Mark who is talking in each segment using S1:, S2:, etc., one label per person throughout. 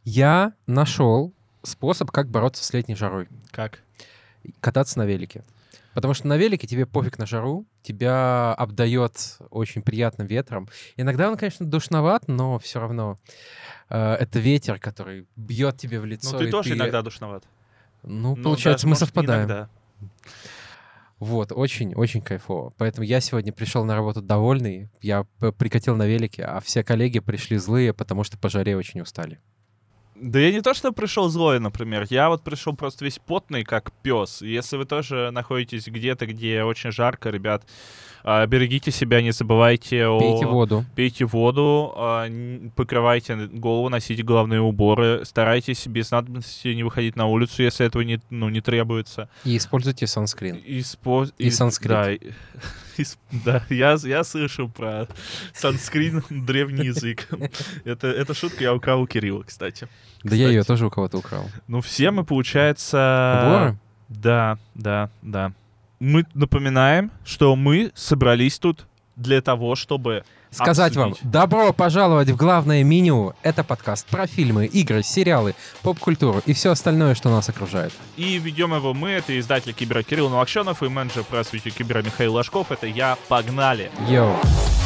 S1: Я нашел способ, как бороться с летней жарой.
S2: Как?
S1: Кататься на велике. Потому что на велике тебе пофиг на жару, тебя обдает очень приятным ветром. Иногда он, конечно, душноват, но все равно это ветер, который бьет тебе в лицо.
S2: Ну, ты тоже иногда душноват.
S1: Ну, получается,
S2: даже,
S1: мы
S2: может,
S1: совпадаем.
S2: Иногда.
S1: Вот, очень-очень кайфово. Поэтому я сегодня пришел на работу довольный, я прикатил на велике, а все коллеги пришли злые, потому что по жаре очень устали.
S2: Да я не то, что пришел злой, например. Я вот пришел просто весь потный, как пес. Если вы тоже находитесь где-то, где очень жарко, ребят, берегите себя, не забывайте
S1: Пейте воду.
S2: Пейте воду, покрывайте голову, носите головные уборы, старайтесь без надобности не выходить на улицу, если этого не требуется.
S1: И используйте санскрин.
S2: И санскрит. Да, я слышу про санскрин, древний язык. Это шутка я украл у Кирилла, кстати.
S1: Да я ее тоже у кого-то украл.
S2: Ну, все мы, получается...
S1: Воры?
S2: Да. Мы напоминаем, что мы собрались тут для того, чтобы
S1: сказать
S2: обсудить.
S1: вам, добро пожаловать в главное меню. Это подкаст про фильмы, игры, сериалы, поп-культуру и все остальное, что нас окружает.
S2: И ведем его мы, это издатель Кибера Кирилл Новокшенов и менеджер по развитию Кибера Михаил Ложков. Это я. Погнали!
S1: Йоу!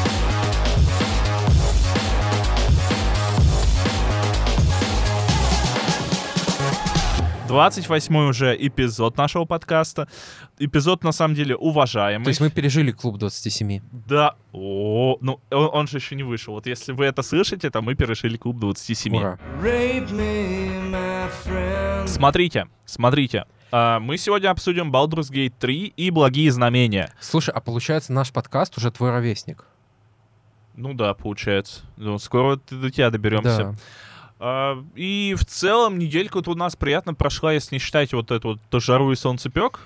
S2: 28-й уже эпизод нашего подкаста. Эпизод, на самом деле, уважаемый.
S1: То есть мы пережили клуб 27.
S2: Да. Ну, он же еще не вышел. Вот если вы это слышите, то мы пережили клуб 27.
S1: Ура.
S2: Смотрите. Мы сегодня обсудим Baldur's Gate 3 и Благие знамения.
S1: Слушай, а получается, наш подкаст уже твой ровесник?
S2: Ну да, получается. Ну, скоро до тебя доберемся.
S1: Да.
S2: И в целом неделька вот у нас приятно прошла, если не считать вот эту вот жару и солнцепек.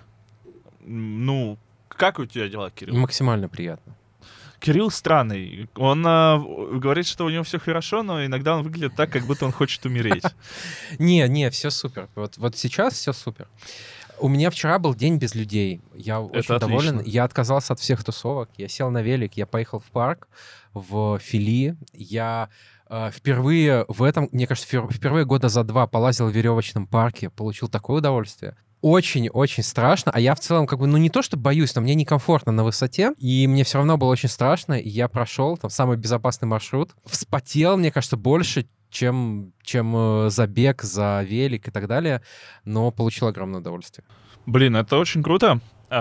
S2: Ну, как у тебя дела, Кирилл?
S1: Максимально приятно.
S2: Кирилл странный. Он говорит, что у него все хорошо, но иногда он выглядит так, как будто он хочет умереть.
S1: Не, все супер. Вот сейчас все супер. У меня вчера был день без людей. Я очень доволен. Я отказался от всех тусовок. Я сел на велик, я поехал в парк в Фили. Я впервые мне кажется, впервые года за 2 полазил в веревочном парке, получил такое удовольствие. Очень-очень страшно, а я в целом не то что боюсь, но мне некомфортно на высоте, и мне все равно было очень страшно, и я прошел там самый безопасный маршрут, вспотел, мне кажется, больше, чем забег за велик и так далее, но получил огромное удовольствие.
S2: Блин, это очень круто.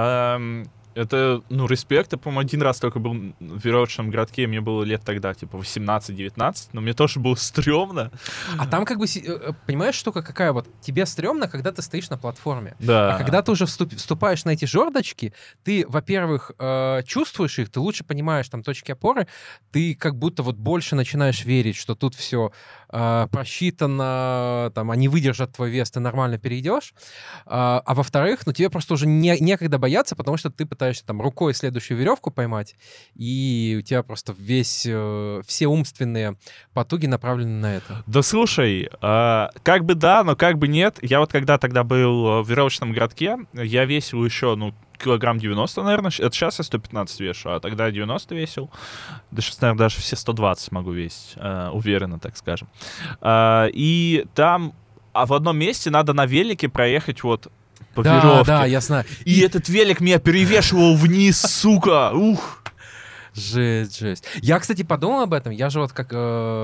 S2: Это, респект. Я, по-моему, один раз только был в веревочном городке, мне было лет тогда, 18-19, но мне тоже было стрёмно.
S1: А там понимаешь, штука какая? Вот тебе стрёмно, когда ты стоишь на платформе.
S2: Да.
S1: А когда ты уже вступаешь на эти жердочки, ты, во-первых, чувствуешь их, ты лучше понимаешь там точки опоры, ты как будто вот больше начинаешь верить, что тут все просчитано, там, они выдержат твой вес, ты нормально перейдешь. А во-вторых, тебе просто уже некогда бояться, потому что ты пытаешься там рукой следующую веревку поймать, и у тебя просто все умственные потуги направлены на это.
S2: Да слушай, как бы да, но как бы нет. Я вот когда тогда был в веревочном городке, я весил еще, килограмм 90, наверное. Это сейчас я 115 вешу, а тогда 90 весил. Да сейчас, наверное, даже все 120 могу весить. Уверенно, так скажем. И там в одном месте надо на велике проехать вот по веревке.
S1: Да, я знаю.
S2: И этот велик меня перевешивал вниз, сука! Ух!
S1: Жесть. Я, кстати, подумал об этом. Я же вот как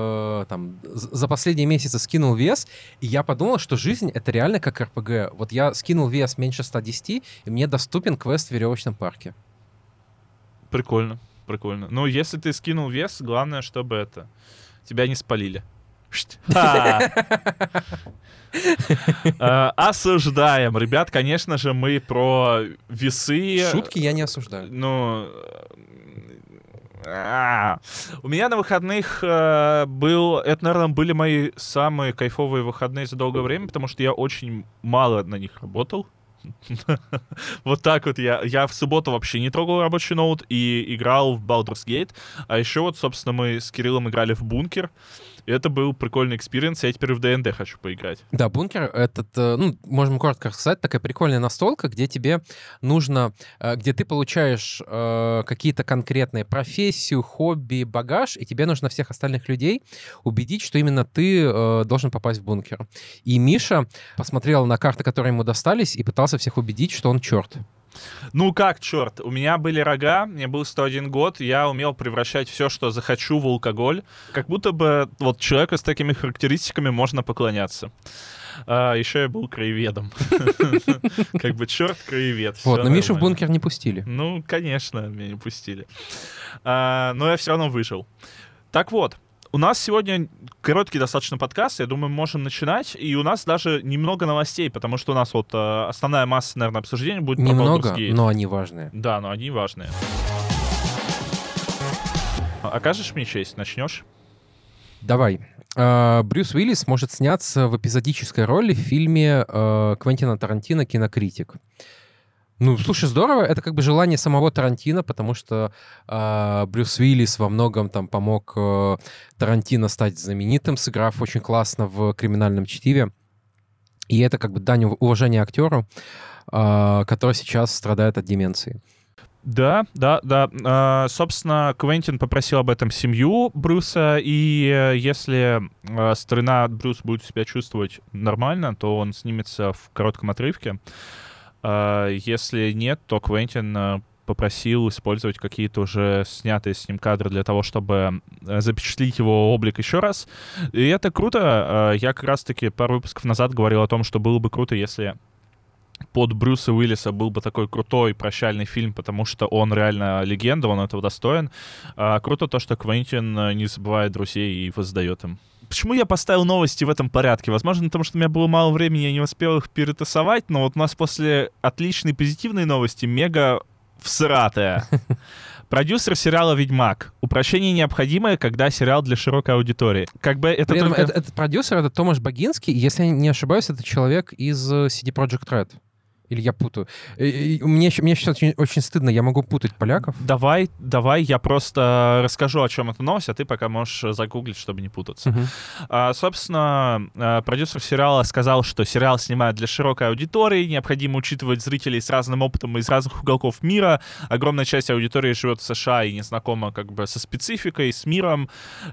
S1: за последние месяцы скинул вес, и я подумал, что жизнь — это реально как РПГ. Вот я скинул вес меньше 110, и мне доступен квест в веревочном парке.
S2: Прикольно. Но если ты скинул вес, главное, чтобы тебя не спалили. Осуждаем. Ребят, конечно же, мы про весы...
S1: Шутки я не осуждаю.
S2: У меня на выходных это, наверное, были мои самые кайфовые выходные за долгое время, потому что я очень мало на них работал. Вот так вот я в субботу вообще не трогал рабочий ноут и играл в Baldur's Gate. А еще вот, собственно, мы с Кириллом играли в Бункер. И это был прикольный экспириенс, я теперь в ДНД хочу поиграть.
S1: Да, бункер — это, можем коротко сказать, такая прикольная настолка, где тебе нужно, где ты получаешь какие-то конкретные профессию, хобби, багаж, и тебе нужно всех остальных людей убедить, что именно ты должен попасть в бункер. И Миша посмотрел на карты, которые ему достались, и пытался всех убедить, что он черт.
S2: Ну как, черт, у меня были рога, мне был 101 год, я умел превращать все, что захочу, в алкоголь. Как будто бы вот человеку с такими характеристиками можно поклоняться. Еще я был краеведом. Как бы черт-краевед.
S1: Вот, но Мишу в бункер не пустили.
S2: Ну, конечно, меня не пустили. Но я все равно выжил. Так вот, у нас сегодня короткий достаточно подкаст, я думаю, мы можем начинать, и у нас даже немного новостей, потому что у нас вот основная масса, наверное, обсуждений будет про Baldur's Gate.
S1: Но они важные.
S2: Да, но они важные. Окажешь мне честь? Начнешь?
S1: Давай. Брюс Уиллис может сняться в эпизодической роли в фильме Квентина Тарантино «Кинокритик». Ну, слушай, здорово. Это как бы желание самого Тарантино, потому что Брюс Уиллис во многом там помог Тарантино стать знаменитым, сыграв очень классно в «Криминальном чтиве». И это как бы дань уважения актеру, который сейчас страдает от деменции.
S2: Да. Собственно, Квентин попросил об этом семью Брюса, и если старина Брюс будет себя чувствовать нормально, то он снимется в коротком отрывке. Если нет, то Квентин попросил использовать какие-то уже снятые с ним кадры для того, чтобы запечатлить его облик еще раз. И это круто. Я как раз-таки пару выпусков назад говорил о том, что было бы круто, если под Брюса Уиллиса был бы такой крутой прощальный фильм, потому что он реально легенда, он этого достоин. Круто то, что Квентин не забывает друзей и воздает им. Почему я поставил новости в этом порядке? Возможно, потому что у меня было мало времени, я не успел их перетасовать, но вот у нас после отличной позитивной новости мега всратая. Продюсер сериала «Ведьмак». Упрощение необходимое, когда сериал для широкой аудитории. Как бы это только...
S1: Этот продюсер — это Томаш Богинский, если я не ошибаюсь, это человек из CD Projekt Red. Или я путаю? Мне сейчас очень стыдно, я могу путать поляков.
S2: Давай, я просто расскажу, о чем эта новость, а ты пока можешь загуглить, чтобы не путаться. Собственно, продюсер сериала сказал, что сериал снимают для широкой аудитории, необходимо учитывать зрителей с разным опытом из разных уголков мира. Огромная часть аудитории живет в США и не знакома как бы со спецификой, с миром,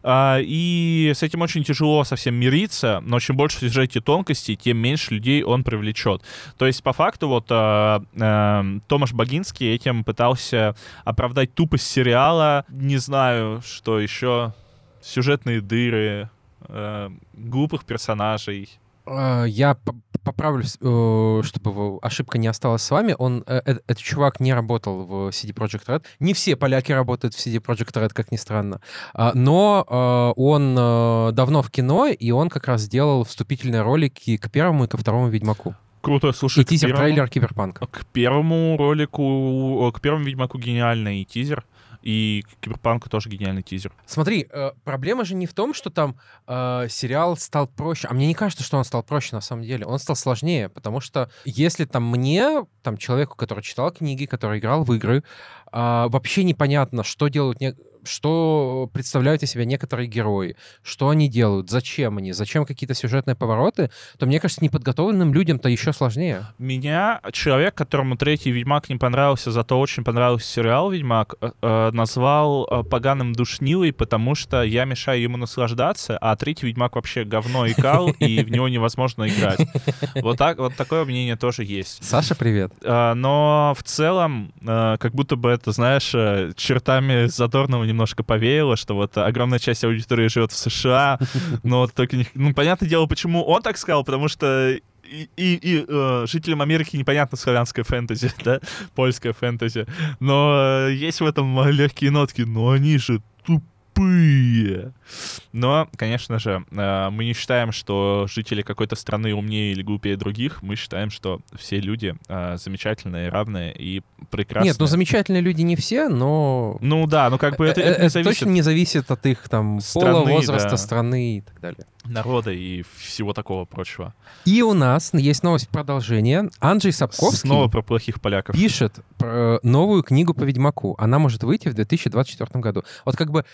S2: и с этим очень тяжело совсем мириться, но чем больше в сюжете тонкостей, тем меньше людей он привлечет. То есть, по факту, вот Томаш Богинский этим пытался оправдать тупость сериала, не знаю, что еще, сюжетные дыры, глупых персонажей.
S1: Я поправлюсь, чтобы ошибка не осталась с вами. Этот чувак не работал в CD Projekt Red. Не все поляки работают в CD Projekt Red, как ни странно. Но он давно в кино, и он как раз делал вступительные ролики к первому и ко второму «Ведьмаку».
S2: Круто, слушай.
S1: И тизер-трейлер «Киберпанка».
S2: К первому ролику, к первому «Ведьмаку» гениальный тизер, и к «Киберпанку» тоже гениальный тизер.
S1: Смотри, проблема же не в том, что там сериал стал проще. А мне не кажется, что он стал проще на самом деле. Он стал сложнее, потому что если там мне, там человеку, который читал книги, который играл в игры, вообще непонятно, что делают... что представляют из себя некоторые герои, что они делают, зачем какие-то сюжетные повороты, то, мне кажется, неподготовленным людям-то еще сложнее.
S2: Меня человек, которому третий «Ведьмак» не понравился, зато очень понравился сериал «Ведьмак», назвал поганым душнилой, потому что я мешаю ему наслаждаться, а третий «Ведьмак» вообще говно и кал, и в него невозможно играть. Вот такое мнение тоже есть.
S1: Саша, привет.
S2: Но в целом, как будто бы это, знаешь, чертами Задорнова немножко повеяло, что вот огромная часть аудитории живет в США, но только понятное дело, почему он так сказал, потому что и жителям Америки непонятно славянское фэнтези, да, польское фэнтези, но есть в этом легкие нотки, но они же тупые. Но, конечно же, мы не считаем, что жители какой-то страны умнее или глупее других. Мы считаем, что все люди замечательные, равные и прекрасные.
S1: Нет, замечательные люди не все, но...
S2: Ну да, как бы это
S1: не зависит... точно не зависит от их там пола, возраста, да, страны и так далее.
S2: Народа и всего такого прочего.
S1: И у нас есть новость продолжения. Анджей Сапковский
S2: снова про плохих поляков
S1: пишет новую книгу по Ведьмаку. Она может выйти в 2024 году. Вот как бы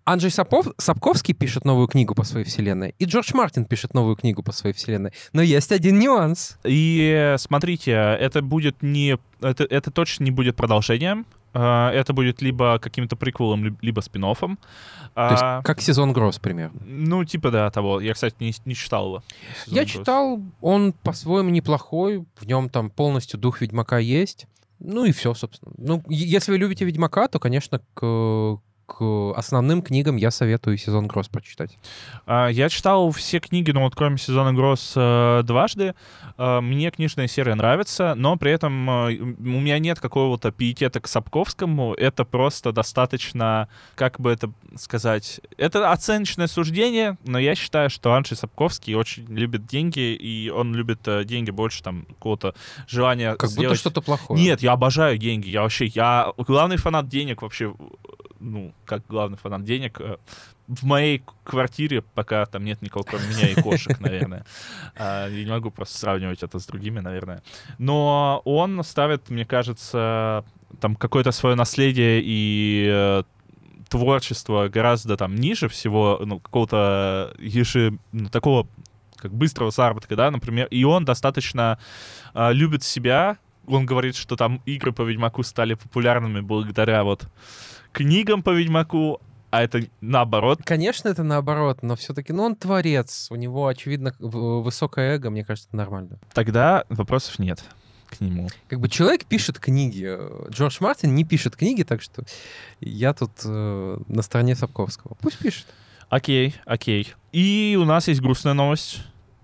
S1: Анджей Сапковский пишет новую книгу по своей вселенной, и Джордж Мартин пишет новую книгу по своей вселенной. Но есть один нюанс.
S2: И смотрите, это будет не... Это точно не будет продолжением. Это будет либо каким-то приквелом, либо спин-оффом.
S1: То есть как «Сезон гроз» примерно.
S2: Ну, типа, да, того. Я, кстати, не читал его.
S1: Я читал, он по-своему неплохой. В нем там полностью дух Ведьмака есть. Ну и все, собственно. Ну, если вы любите Ведьмака, то, конечно, к основным книгам я советую «Сезон гроз» прочитать.
S2: Я читал все книги, но вот кроме «Сезона гроз» дважды. Мне книжная серия нравится, но при этом у меня нет какого-то пиетета к Сапковскому. Это просто достаточно, как бы это сказать... Это оценочное суждение, но я считаю, что Анджей Сапковский очень любит деньги, и он любит деньги больше там какого-то желания
S1: как
S2: сделать...
S1: будто что-то плохое.
S2: Нет, я обожаю деньги. Я главный фанат денег вообще... Ну, как главный фанат денег, в моей квартире пока там нет никого, кроме меня и кошек, наверное. Я не могу просто сравнивать это с другими, наверное. Но он ставит, мне кажется, там какое-то свое наследие и творчество гораздо там ниже всего, ну, какого-то такого как быстрого заработка, да, например. И он достаточно любит себя. Он говорит, что там игры по Ведьмаку стали популярными благодаря вот книгам по Ведьмаку, а это наоборот.
S1: Конечно, это наоборот, но все-таки, ну, он творец, у него, очевидно, высокое эго, мне кажется, это нормально.
S2: Тогда вопросов нет к нему.
S1: Как бы человек пишет книги, Джордж Мартин не пишет книги, так что я тут на стороне Сапковского. Пусть пишет.
S2: Окей. И у нас есть грустная новость.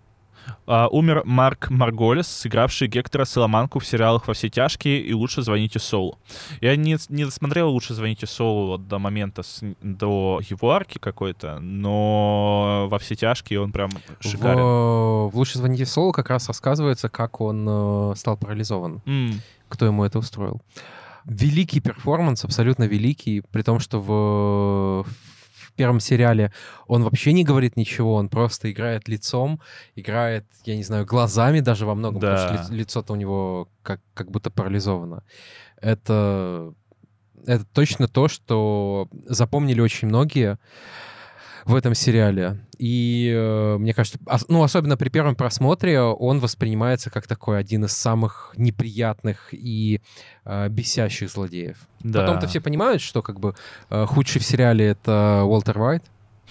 S2: Умер Марк Марголес, сыгравший Гектора Соломанку в сериалах «Во все тяжкие» и «Лучше звоните Солу». Я не досмотрел «Лучше звоните Солу» вот до момента, до его арки какой-то, но «Во все тяжкие» он прям шикарен.
S1: В «Лучше звоните Солу» как раз рассказывается, как он стал парализован, кто ему это устроил. Великий перформанс, абсолютно великий, при том, что в первом сериале он вообще не говорит ничего, он просто играет лицом, играет, я не знаю, глазами даже во многом,
S2: да.
S1: потому что лицо-то у него как будто парализовано. Это точно то, что запомнили очень многие в этом сериале. И мне кажется, ну, особенно при первом просмотре он воспринимается как такой один из самых неприятных и бесящих злодеев.
S2: Да.
S1: Потом-то все понимают, что как бы худший в сериале — это Уолтер Уайт.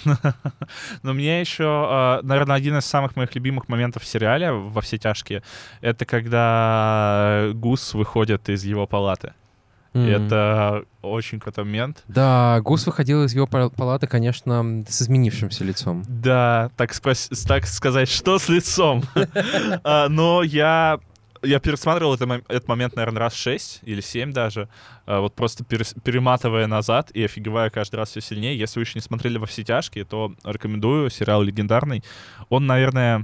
S2: Но мне еще, наверное, один из самых моих любимых моментов в сериале «Во все тяжкие» — это когда Гус выходит из его палаты. Это очень крутой момент.
S1: Да, Гус выходил из его палаты, конечно, с изменившимся лицом.
S2: Да, так сказать, что с лицом? Но я пересматривал этот момент, наверное, раз 6 или 7 даже, вот просто перематывая назад и офигевая каждый раз все сильнее. Если вы еще не смотрели «Во все тяжкие», то рекомендую, сериал легендарный. Он, наверное,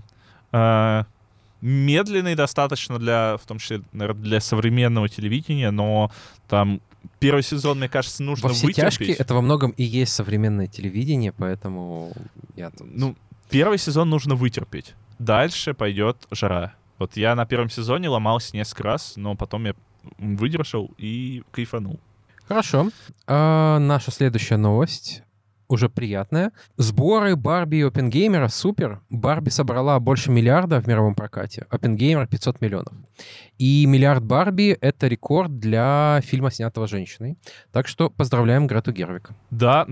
S2: медленный достаточно в том числе, наверное, для современного телевидения, но там первый сезон, мне кажется, нужно вытерпеть.
S1: «Во все тяжкие» — это во многом и есть современное телевидение, поэтому я тут...
S2: Ну, первый сезон нужно вытерпеть. Дальше пойдет жара. Вот я на первом сезоне ломался несколько раз, но потом я выдержал и кайфанул.
S1: Хорошо. Наша следующая новость уже приятная. Сборы Барби и Оппенгеймера супер. Барби собрала больше миллиарда в мировом прокате, Оппенгеймер 500 миллионов. И миллиард Барби — это рекорд для фильма, снятого женщиной. Так что поздравляем Грету Гервиг.
S2: Да.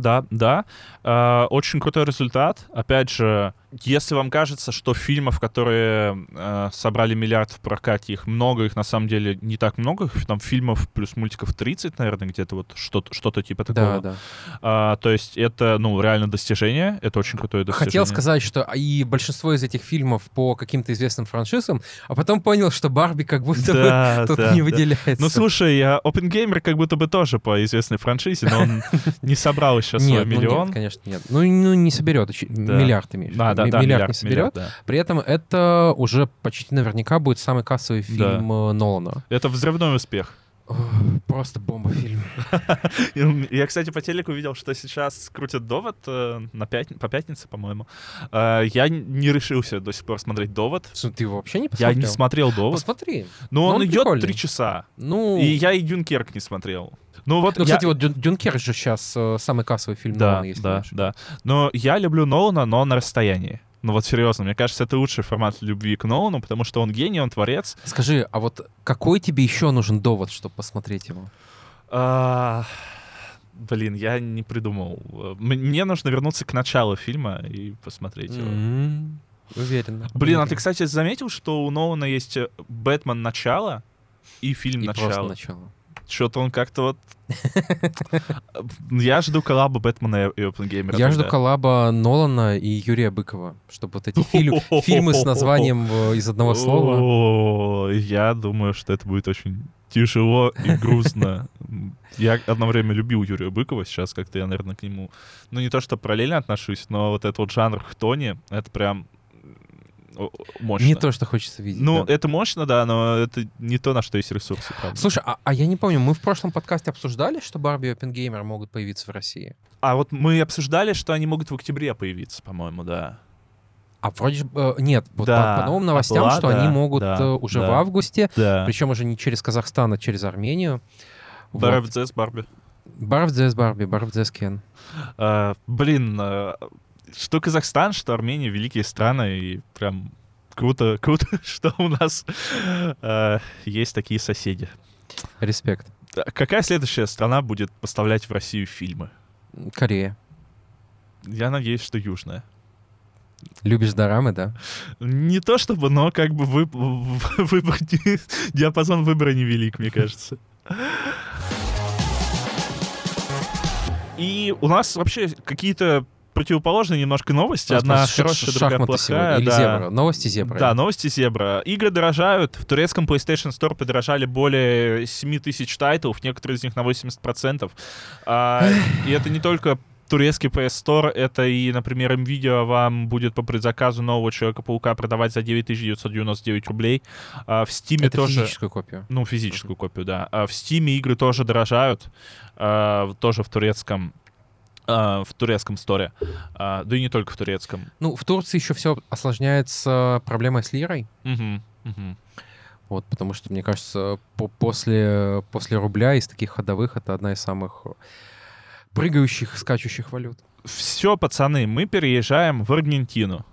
S2: Очень крутой результат. Опять же, если вам кажется, что фильмов, которые собрали миллиард в прокате, их много, их на самом деле не так много, там фильмов плюс мультиков 30, наверное, где-то вот что-то типа такого.
S1: Да.
S2: То есть это, ну, реально достижение, это очень крутое достижение.
S1: Хотел сказать, что и большинство из этих фильмов по каким-то известным франшизам, а потом понял, что Барби как будто бы тут не выделяется.
S2: Ну, слушай, Оппенгеймер как будто бы тоже по известной франшизе, но он не собрал еще свой миллион.
S1: Нет, конечно, нет. Ну, не соберет, миллиард имеешь. Миллиард не соберет.
S2: Да.
S1: При этом это уже почти наверняка будет самый кассовый фильм Нолана.
S2: Это взрывной успех.
S1: Просто бомба-фильм.
S2: Я, кстати, по телеку видел, что сейчас крутят «Довод» по пятнице, по-моему. Я не решился до сих пор смотреть «Довод».
S1: Ты его вообще не посмотрел?
S2: Я не смотрел «Довод».
S1: Посмотри.
S2: Но он идет 3 часа. И я и «Дюнкерк» не смотрел.
S1: Кстати, вот «Дюнкерк» же сейчас самый кассовый фильм Нолана, если не ошибаюсь.
S2: Да. Но я люблю Нолана, но на расстоянии. Ну вот серьезно, мне кажется, это лучший формат любви к Нолану, потому что он гений, он творец.
S1: Скажи, а вот какой тебе еще нужен довод, чтобы посмотреть его?
S2: Блин, я не придумал. Мне нужно вернуться к началу фильма и посмотреть его.
S1: Уверен.
S2: Блин, а ты, кстати, заметил, что у Нолана есть «Бэтмен. Начало» и фильм «Начало»?
S1: Просто «Начало».
S2: Что-то он как-то вот... Я жду коллаба Бэтмена и Оппенгеймера.
S1: Я жду коллаба Нолана и Юрия Быкова, чтобы вот эти фильмы с названием из одного слова...
S2: Я думаю, что это будет очень тяжело и грустно. Я одно время любил Юрия Быкова, сейчас как-то я, наверное, к нему... Ну, не то, что параллельно отношусь, но вот этот вот жанр хтони, это прям... мощно.
S1: Не то, что хочется видеть.
S2: Ну, это мощно, да, но это не то, на что есть ресурсы, правда.
S1: Слушай, а я не помню, мы в прошлом подкасте обсуждали, что Барби и Оппенгеймер могут появиться в России?
S2: А вот мы обсуждали, что они могут в октябре появиться, по-моему, да.
S1: А вроде бы... Нет, вот по новым новостям, что они могут уже в августе, причем уже не через Казахстан, а через Армению.
S2: Барби vs. Барби.
S1: Барби vs. Барби, Барби vs. Кен.
S2: Блин, что Казахстан, что Армения — великие страны, и прям круто, что у нас есть такие соседи.
S1: Респект.
S2: Какая следующая страна будет поставлять в Россию фильмы?
S1: Корея.
S2: Я надеюсь, что южная.
S1: Любишь дорамы, да?
S2: Не то чтобы, но как бы диапазон выбора невелик, мне кажется. И у нас вообще какие-то противоположные немножко новости. Одна хорошая, другая плохая.
S1: Или зебра. Новости зебра.
S2: Да, новости зебра. Игры дорожают. В турецком PlayStation Store подорожали более 7 тысяч тайтлов, некоторые из них на 80%. И это не только турецкий PS Store, это и, например, Nvidia вам будет по предзаказу нового Человека-паука продавать за 9999 рублей. В Steam
S1: это
S2: тоже...
S1: физическую копию.
S2: Ну, физическую копию, да. В Steam игры тоже дорожают. Тоже в турецком сторе. Да и не только в турецком.
S1: Ну, в Турции еще все осложняется проблемой с лирой. Вот, потому что, мне кажется, после рубля из таких ходовых это одна из самых прыгающих, скачущих валют.
S2: Все, пацаны, мы переезжаем в Аргентину.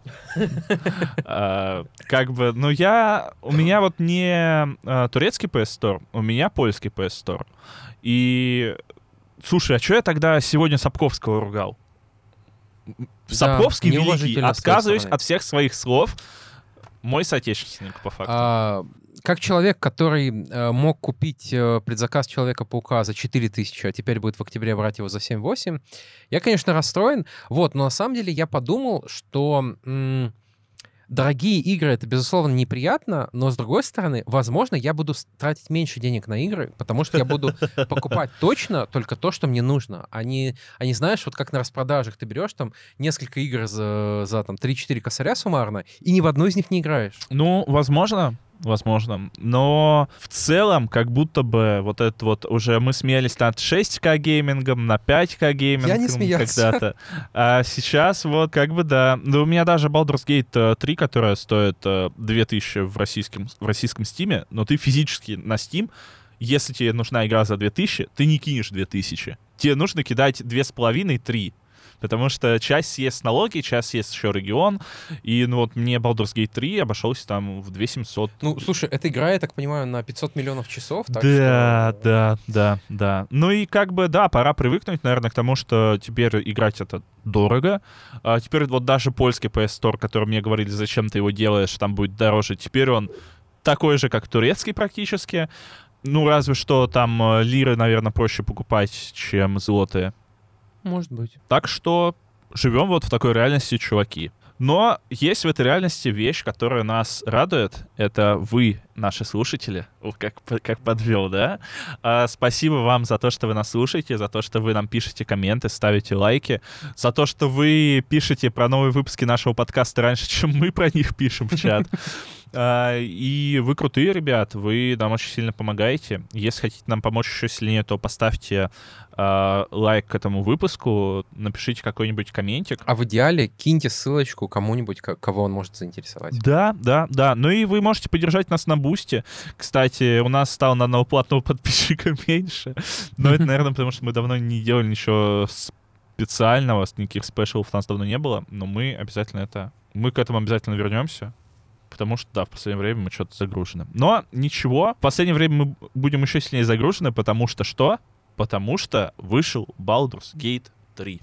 S2: Как бы, ну у меня вот не турецкий PS Store, у меня польский PS Store. И, слушай, а что я тогда сегодня Сапковского ругал? Сапковский великий, отказываюсь от всех своих слов. Мой соотечественник, по факту.
S1: Как человек, который мог купить предзаказ Человека-паука за 4000, а теперь будет в октябре брать его за 7-8, я, конечно, расстроен. Вот, но на самом деле я подумал, что дорогие игры — это, безусловно, неприятно, но, с другой стороны, возможно, я буду тратить меньше денег на игры, потому что я буду покупать точно только то, что мне нужно. А не знаешь, вот как на распродажах ты берешь там несколько игр за там 3-4 косаря суммарно, и ни в одну из них не играешь.
S2: Ну, возможно, но в целом как будто бы вот это вот уже мы смеялись над 6К геймингом, на 5К геймингом
S1: я не смеялся
S2: когда-то. А сейчас вот как бы да. Ну, у меня даже Baldur's Gate 3, которая стоит 2000 в российском Steam, но ты физически на Steam, если тебе нужна игра за 2000, ты не кинешь 2000. Тебе нужно кидать 2,5-3. Потому что часть съест налоги, часть съест еще регион. И ну вот мне Baldur's Gate 3 обошелся там в 2700.
S1: Ну, слушай, эта игра, я так понимаю, на 500 миллионов часов. Так
S2: да. Ну и как бы, да, пора привыкнуть, наверное, к тому, что теперь играть это дорого. Теперь вот даже польский PS Store, который мне говорили, зачем ты его делаешь, там будет дороже. Теперь он такой же, как турецкий практически. Ну, разве что там лиры, наверное, проще покупать, чем злотые.
S1: Может быть.
S2: Так что живем вот в такой реальности, чуваки. Но есть в этой реальности вещь, которая нас радует. Это вы, наши слушатели. Как подвел, да? Спасибо вам за то, что вы нас слушаете, за то, что вы нам пишете комменты, ставите лайки, за то, что вы пишете про новые выпуски нашего подкаста раньше, чем мы про них пишем в чат. И вы крутые, ребят, вы нам очень сильно помогаете. Если хотите нам помочь еще сильнее, то поставьте лайк к этому выпуску, напишите какой-нибудь комментик.
S1: А в идеале киньте ссылочку кому-нибудь, кого он может заинтересовать.
S2: Да. Ну и вы можете поддержать нас на Бусти. Кстати, у нас стало на одного платного подписчика меньше. Но это, наверное, потому что мы давно не делали ничего специального, никаких спешалов у нас давно не было. Но мы к этому обязательно вернемся. Потому что, да, в последнее время мы что-то загружены. Но ничего, в последнее время мы будем еще сильнее загружены, потому что что? Потому что вышел Baldur's Gate 3.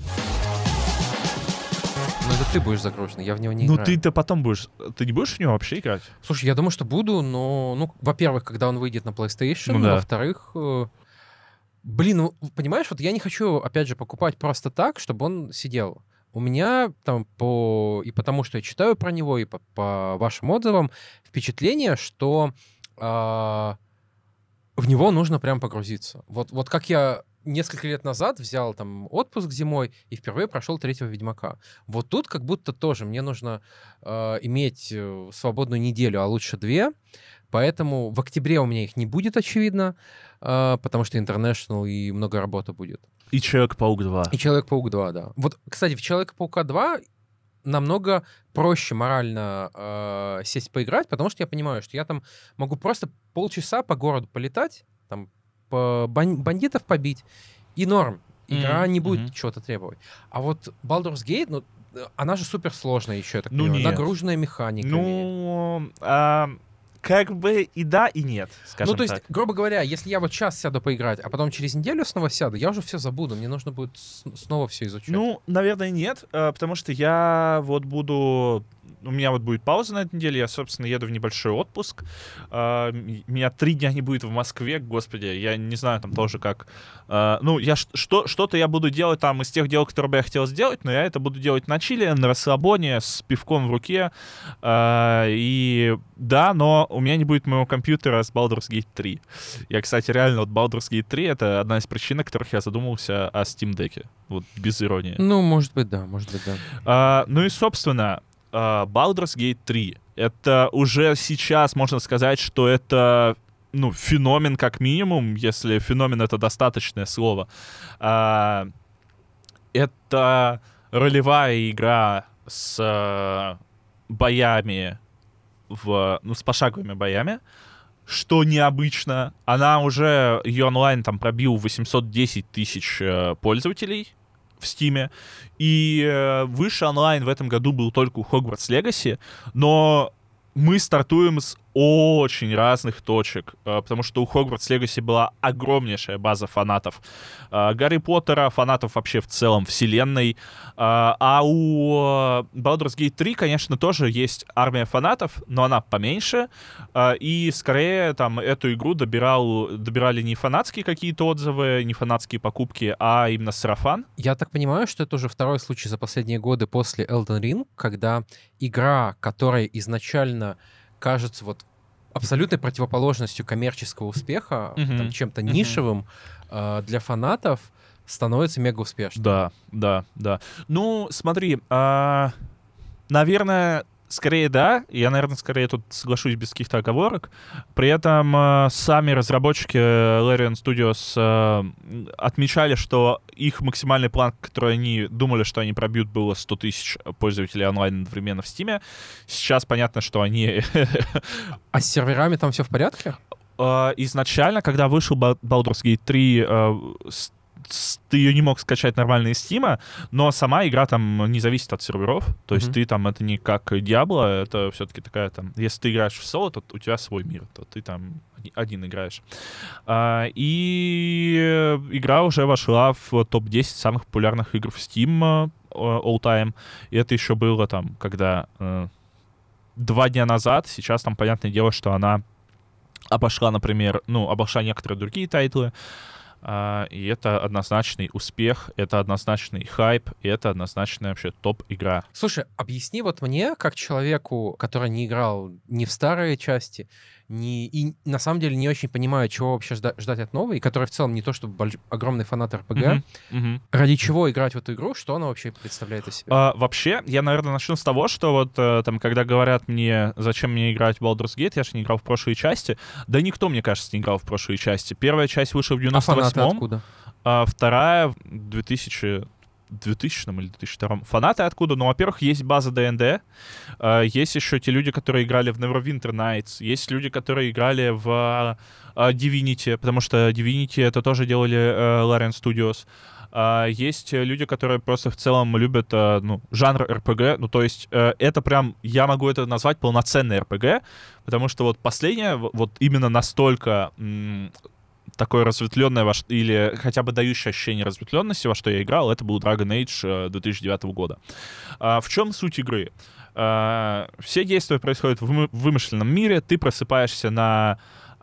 S1: Ну это ты будешь загружен, я в него не играю.
S2: Ну ты-то потом будешь... Ты не будешь в него вообще играть?
S1: Слушай, я думаю, что буду, но... во-первых, когда он выйдет на PlayStation,
S2: да.
S1: Во-вторых... понимаешь, вот я не хочу, опять же, покупать просто так, чтобы он сидел. У меня там и потому, что я читаю про него, и по вашим отзывам, впечатление, что в него нужно прям погрузиться. Вот как я несколько лет назад взял там отпуск зимой и впервые прошел 3-го Ведьмака. Вот тут как будто тоже мне нужно иметь свободную неделю, а лучше 2. Поэтому в октябре у меня их не будет, очевидно, потому что International и много работы будет.
S2: И Человек-паук 2.
S1: И Человек-паук 2, да. Вот, кстати, в Человека-паука 2 намного проще морально сесть поиграть, потому что я понимаю, что я там могу просто полчаса по городу полетать, там бандитов побить, и норм. Игра не будет чего-то требовать. А вот Baldur's Gate, она же суперсложная еще, я так понимаю. Нагруженная механика.
S2: Как бы и да, и нет, скажем так.
S1: То есть, грубо говоря, если я вот сейчас сяду поиграть, а потом через неделю снова сяду, я уже все забуду, мне нужно будет снова все изучать.
S2: Наверное, нет, потому что я вот буду... У меня вот будет пауза на этой неделе, я, собственно, еду в небольшой отпуск. Меня 3 дня не будет в Москве, господи, я не знаю там тоже как... Что-то я буду делать там из тех дел, которые бы я хотел сделать, но я это буду делать на чиле, на расслабоне, с пивком в руке. И да, но у меня не будет моего компьютера с Baldur's Gate 3. Я, кстати, реально, вот Baldur's Gate 3 — это одна из причин, о которых я задумался о Steam Deck'е. Вот без иронии.
S1: Может быть, да.
S2: И, собственно... Baldur's Gate 3. Это уже сейчас можно сказать, что это феномен как минимум, если феномен — это достаточное слово. Это ролевая игра с боями, с пошаговыми боями, что необычно. Ее онлайн там пробил 810 тысяч пользователей в Стиме, и выше онлайн в этом году был только у Hogwarts Legacy, но мы стартуем с очень разных точек, потому что у Hogwarts Legacy была огромнейшая база фанатов Гарри Поттера, фанатов вообще в целом вселенной, а у Baldur's Gate 3, конечно, тоже есть армия фанатов, но она поменьше, и скорее там эту игру добирали не фанатские какие-то отзывы, не фанатские покупки, а именно сарафан.
S1: Я так понимаю, что это уже второй случай за последние годы после Elden Ring, когда игра, которая изначально кажется вот абсолютной противоположностью коммерческого успеха, там, чем-то нишевым для фанатов, становится мега успешным.
S2: Да. Смотри, наверное, скорее да. Я, наверное, скорее тут соглашусь без каких-то оговорок. При этом сами разработчики Larian Studios отмечали, что их максимальный план, который они думали, что они пробьют, было 100 тысяч пользователей онлайн одновременно в Steam. Сейчас понятно, что они...
S1: А с серверами там все в порядке?
S2: Изначально, когда вышел Baldur's Gate 3, ты ее не мог скачать нормально из Steam, но сама игра там не зависит от серверов. То есть ты там, это не как Diablo, это все-таки такая там... Если ты играешь в соло, то у тебя свой мир, то ты там один играешь. И игра уже вошла в топ-10 самых популярных игр в Steam all time. И это еще было там, когда 2 дня назад. Сейчас там, понятное дело, что она обошла, например, обошла некоторые другие тайтлы. И это однозначный успех, это однозначный хайп, и это однозначная вообще топ-игра.
S1: Слушай, объясни вот мне, как человеку, который не играл ни в старые части, и на самом деле не очень понимают, чего вообще ждать от новой, и которые в целом не то чтобы огромный фанат РПГ, ради чего играть в эту игру, что она вообще представляет из себя?
S2: Вообще, я, наверное, начну с того, что вот там, когда говорят мне, зачем мне играть в Baldur's Gate, я же не играл в прошлые части, да никто, мне кажется, не играл в прошлые части. Первая часть вышла в 98-м.
S1: А фанаты откуда?
S2: Вторая в 2000 или 2002. Фанаты откуда? Ну, во-первых, есть база ДНД, есть еще те люди, которые играли в Neverwinter Nights, есть люди, которые играли в Divinity, потому что Divinity это тоже делали Larian Studios. Есть люди, которые просто в целом любят жанр РПГ, ну, то есть это прям, я могу это назвать полноценный РПГ, потому что вот последнее, вот именно настолько такое разветвленное, или хотя бы дающее ощущение разветвленности, во что я играл, это был Dragon Age 2009 года. В чем суть игры? Все действия происходят в вымышленном мире, ты просыпаешься на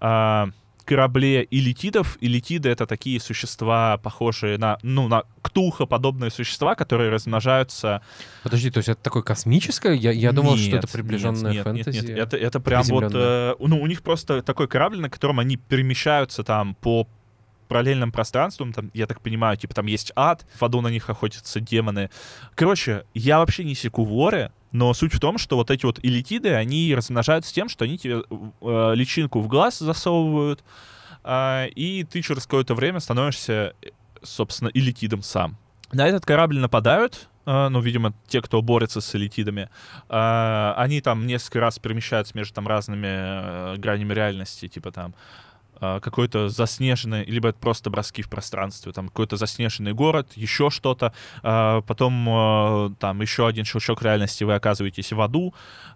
S2: корабле элитидов. Элитиды — это такие существа, похожие на ктулха-подобные существа, которые размножаются...
S1: Подожди, то есть это такое космическое? Я думал, что это приближенное фэнтези.
S2: Нет. Это прям вот... у них просто такой корабль, на котором они перемещаются там по параллельным пространствам, там, я так понимаю, типа там есть ад, в аду на них охотятся демоны. Короче, я вообще не секу в лоре, но суть в том, что вот эти вот элитиды, они размножаются тем, что они тебе личинку в глаз засовывают, и ты через какое-то время становишься, собственно, элитидом сам. На этот корабль нападают, видимо, те, кто борется с элитидами. Они там несколько раз перемещаются между там разными гранями реальности, типа там какой-то заснеженный, либо это просто броски в пространстве, там какой-то заснеженный город, еще что-то, потом там еще один щелчок реальности, вы оказываетесь в аду,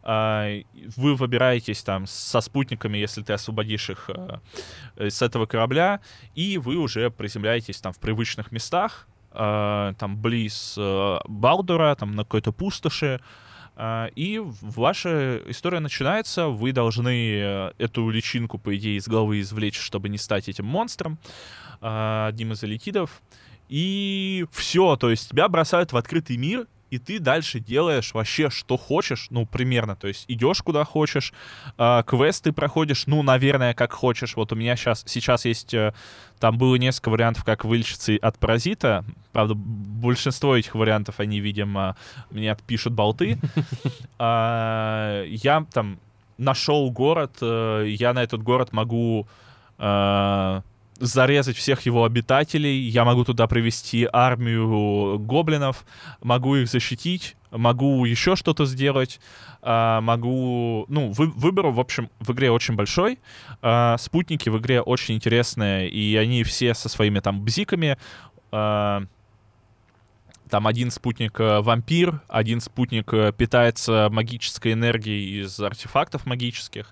S2: вы выбираетесь там со спутниками, если ты освободишь их с этого корабля, и вы уже приземляетесь там в привычных местах, там близ Балдура, там на какой-то пустоши, и ваша история начинается, вы должны эту личинку, по идее, из головы извлечь, чтобы не стать этим монстром, одним из элитидов, и все, то есть тебя бросают в открытый мир, и ты дальше делаешь вообще что хочешь, ну, примерно, то есть идешь куда хочешь, квесты проходишь, ну, наверное, как хочешь. Вот у меня сейчас есть, там было несколько вариантов, как вылечиться от паразита, правда, большинство этих вариантов, они, видимо, мне отпишут болты. Я там нашел город, я на этот город могу зарезать всех его обитателей, я могу туда привести армию гоблинов, могу их защитить, могу еще что-то сделать, могу... выбор, в общем, в игре очень большой, спутники в игре очень интересные, и они все со своими там бзиками. Там один спутник вампир, один спутник питается магической энергией из артефактов магических,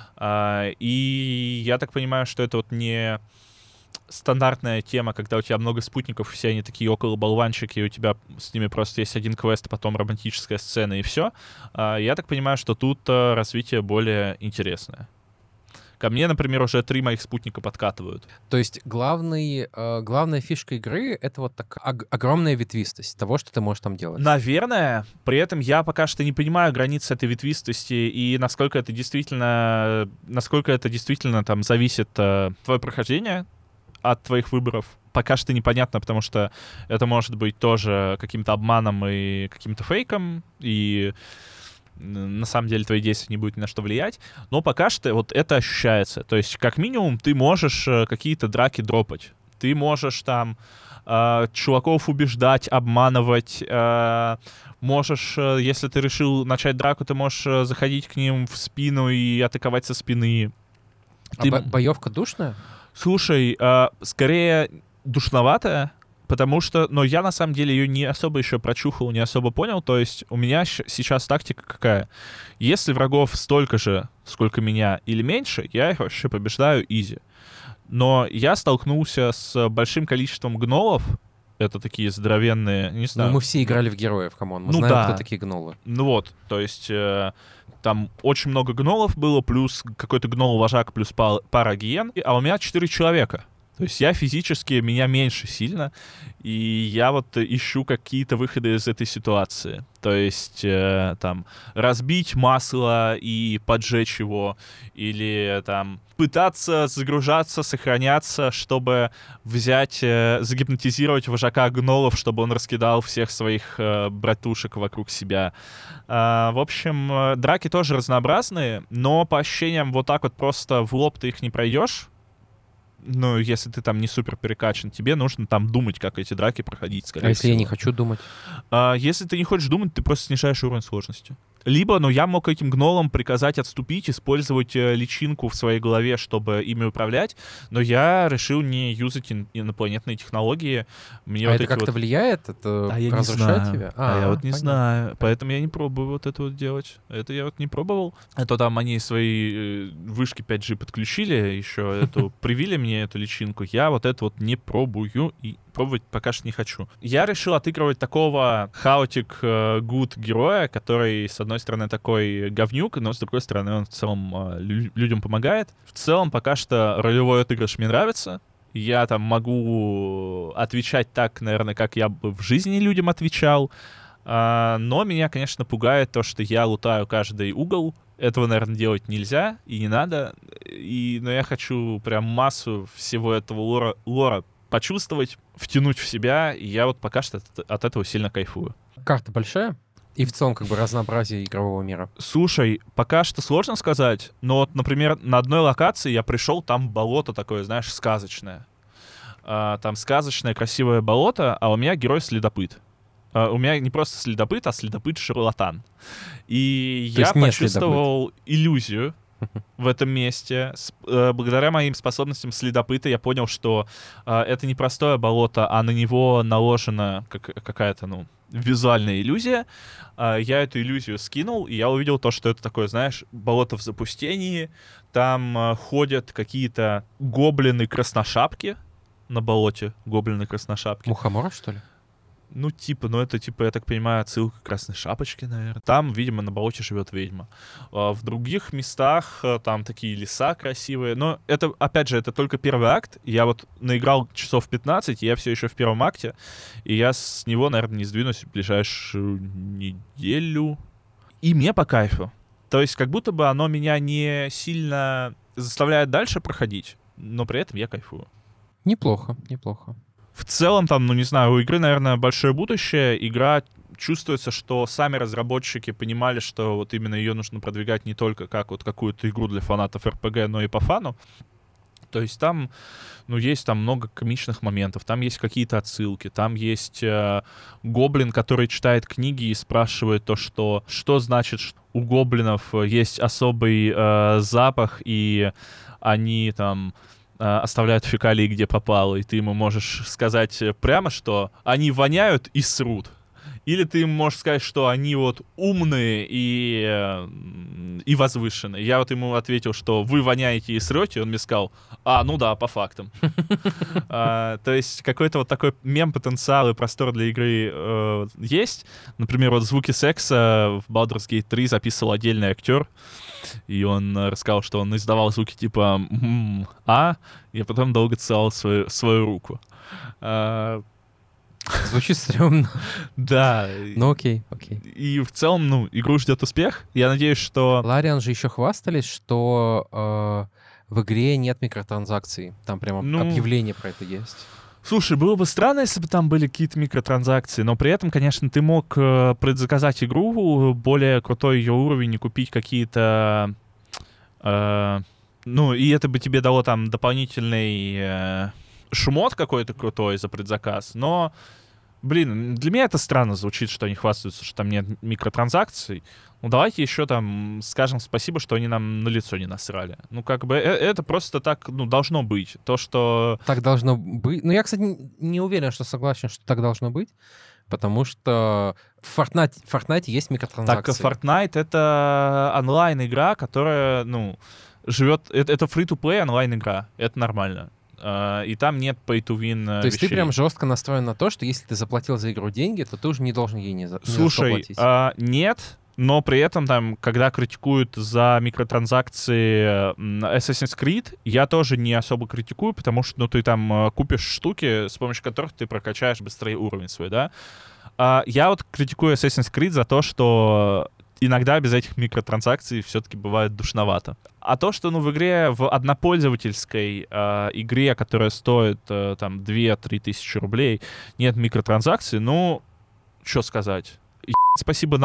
S2: и я так понимаю, что это вот не стандартная тема, когда у тебя много спутников, все они такие около болванчики, и у тебя с ними просто есть один квест, а потом романтическая сцена, и все. Я так понимаю, что тут развитие более интересное. Ко мне, например, уже 3 моих спутника подкатывают.
S1: То есть главная фишка игры — это вот такая огромная ветвистость того, что ты можешь там делать.
S2: Наверное. При этом я пока что не понимаю границ этой ветвистости и насколько это действительно там зависит твое прохождение от твоих выборов. Пока что непонятно, потому что это может быть тоже каким-то обманом и каким-то фейком, и на самом деле твои действия не будут ни на что влиять, но пока что вот это ощущается. То есть, как минимум, ты можешь какие-то драки дропать. Ты можешь там чуваков убеждать, обманывать. Можешь, если ты решил начать драку, ты можешь заходить к ним в спину и атаковать со спины.
S1: Боевка душная?
S2: Слушай, скорее душноватая, потому что, но я на самом деле ее не особо еще прочухал, не особо понял. То есть у меня сейчас тактика какая? Если врагов столько же, сколько меня, или меньше, я их вообще побеждаю изи. Но я столкнулся с большим количеством гнолов. Это такие здоровенные, не знаю.
S1: Ну, мы все играли в героев, камон. Мы знаем, кто такие гнолы.
S2: Ну вот, то есть там очень много гнолов было, плюс какой-то гнол-вожак, плюс пара гиен. А у меня 4 человека. То есть я физически, меня меньше сильно, и я вот ищу какие-то выходы из этой ситуации. То есть там разбить масло и поджечь его, или там пытаться загружаться, сохраняться, чтобы взять, загипнотизировать вожака гнолов, чтобы он раскидал всех своих братушек вокруг себя. В общем, драки тоже разнообразные, но по ощущениям вот так вот просто в лоб ты их не пройдешь. Ну, если ты там не супер перекачан, тебе нужно там думать, как эти драки проходить, скорее всего.
S1: А если я не хочу думать?
S2: Если ты не хочешь думать, ты просто снижаешь уровень сложности. Либо, я мог этим гнолам приказать отступить, использовать личинку в своей голове, чтобы ими управлять, но я решил не юзать инопланетные технологии.
S1: Мне это как-то влияет? Это разрушает тебя?
S2: Я вот не знаю. Поэтому я не пробую вот это вот делать. Это я вот не пробовал. А то там они свои вышки 5G подключили, еще эту привили мне эту личинку. Я вот это вот не пробую и пробовать пока что не хочу. Я решил отыгрывать такого хаотик good героя, который, с одной стороны, такой говнюк, но с другой стороны, он в целом людям помогает. В целом, пока что ролевой отыгрыш мне нравится. Я там могу отвечать так, наверное, как я бы в жизни людям отвечал. Но меня, конечно, пугает то, что я лутаю каждый угол. Этого, наверное, делать нельзя и не надо. Но я хочу прям массу всего этого лора почувствовать, втянуть в себя, и я вот пока что от этого сильно кайфую.
S1: Карта большая? И в целом как бы разнообразие игрового мира?
S2: Слушай, пока что сложно сказать, но вот, например, на одной локации я пришел, там болото такое, знаешь, сказочное. Там сказочное красивое болото, а у меня герой-следопыт. У меня не просто следопыт, а следопыт-шарлатан. И я почувствовал иллюзию в этом месте. Благодаря моим способностям следопыта я понял, что это не простое болото, а на него наложена какая-то, визуальная иллюзия. Я эту иллюзию скинул, и я увидел то, что это такое, знаешь, болото в запустении. Там ходят какие-то гоблины-красношапки на болоте. Гоблины-красношапки.
S1: Мухомора, что ли?
S2: Это, я так понимаю, отсылка к Красной Шапочке, наверное. Там, видимо, на болоте живет ведьма. В других местах там такие леса красивые. Но это, опять же, это только первый акт. Я вот наиграл часов 15, и я все еще в первом акте. И я с него, наверное, не сдвинусь в ближайшую неделю. И мне по кайфу. То есть как будто бы оно меня не сильно заставляет дальше проходить, но при этом я кайфую.
S1: Неплохо, неплохо.
S2: В целом, там, у игры, наверное, большое будущее. Игра, чувствуется, что сами разработчики понимали, что вот именно ее нужно продвигать не только как вот какую-то игру для фанатов РПГ, но и по фану. То есть там, есть там много комичных моментов, там есть какие-то отсылки, там есть гоблин, который читает книги и спрашивает то, что значит, что у гоблинов есть особый запах, и они там оставляют фекалии где попало, и ты ему можешь сказать прямо, что они воняют и срут. Или ты ему можешь сказать, что они вот умные и возвышенные. Я вот ему ответил, что вы воняете и срете, он мне сказал, да, по фактам. То есть какой-то вот такой мем-потенциал и простор для игры есть. Например, вот звуки секса в Baldur's Gate 3 записывал отдельный актер, и он рассказал, что он издавал звуки типа и потом долго целовал свою руку.
S1: Звучит стрёмно.
S2: Да.
S1: Окей.
S2: И в целом, игру ждет успех. Я надеюсь, что...
S1: Larian же еще хвастались, что в игре нет микротранзакций. Там прямо объявление про это есть.
S2: Слушай, было бы странно, если бы там были какие-то микротранзакции, но при этом, конечно, ты мог предзаказать игру, более крутой ее уровень и купить какие-то... и это бы тебе дало там дополнительный шмот какой-то крутой за предзаказ, но, для меня это странно звучит, что они хвастаются, что там нет микротранзакций. Давайте еще там скажем спасибо, что они нам на лицо не насрали. Это просто так, должно быть. То, что...
S1: Так должно быть. Я, кстати, не уверен, что согласен, что так должно быть, потому что в Fortnite есть микротранзакции.
S2: Так, Fortnite — это онлайн-игра, которая, живет... Это free-to-play онлайн-игра. Это нормально. И там нет pay-to-win.
S1: То есть ты прям жестко настроен на то, что если ты заплатил за игру деньги, то ты уже не должен ей не заплатить.
S2: Слушай, нет, но при этом, там, когда критикуют за микротранзакции Assassin's Creed, я тоже не особо критикую, потому что, ну, ты там купишь штуки, с помощью которых ты прокачаешь быстрее уровень свой, да. Я вот критикую Assassin's Creed за то, что иногда без этих микротранзакций все-таки бывает душновато. А то, что, ну, в игре, в однопользовательской игре, которая стоит, там, 2-3 тысячи рублей, нет микротранзакций, ну, что сказать. Спасибо,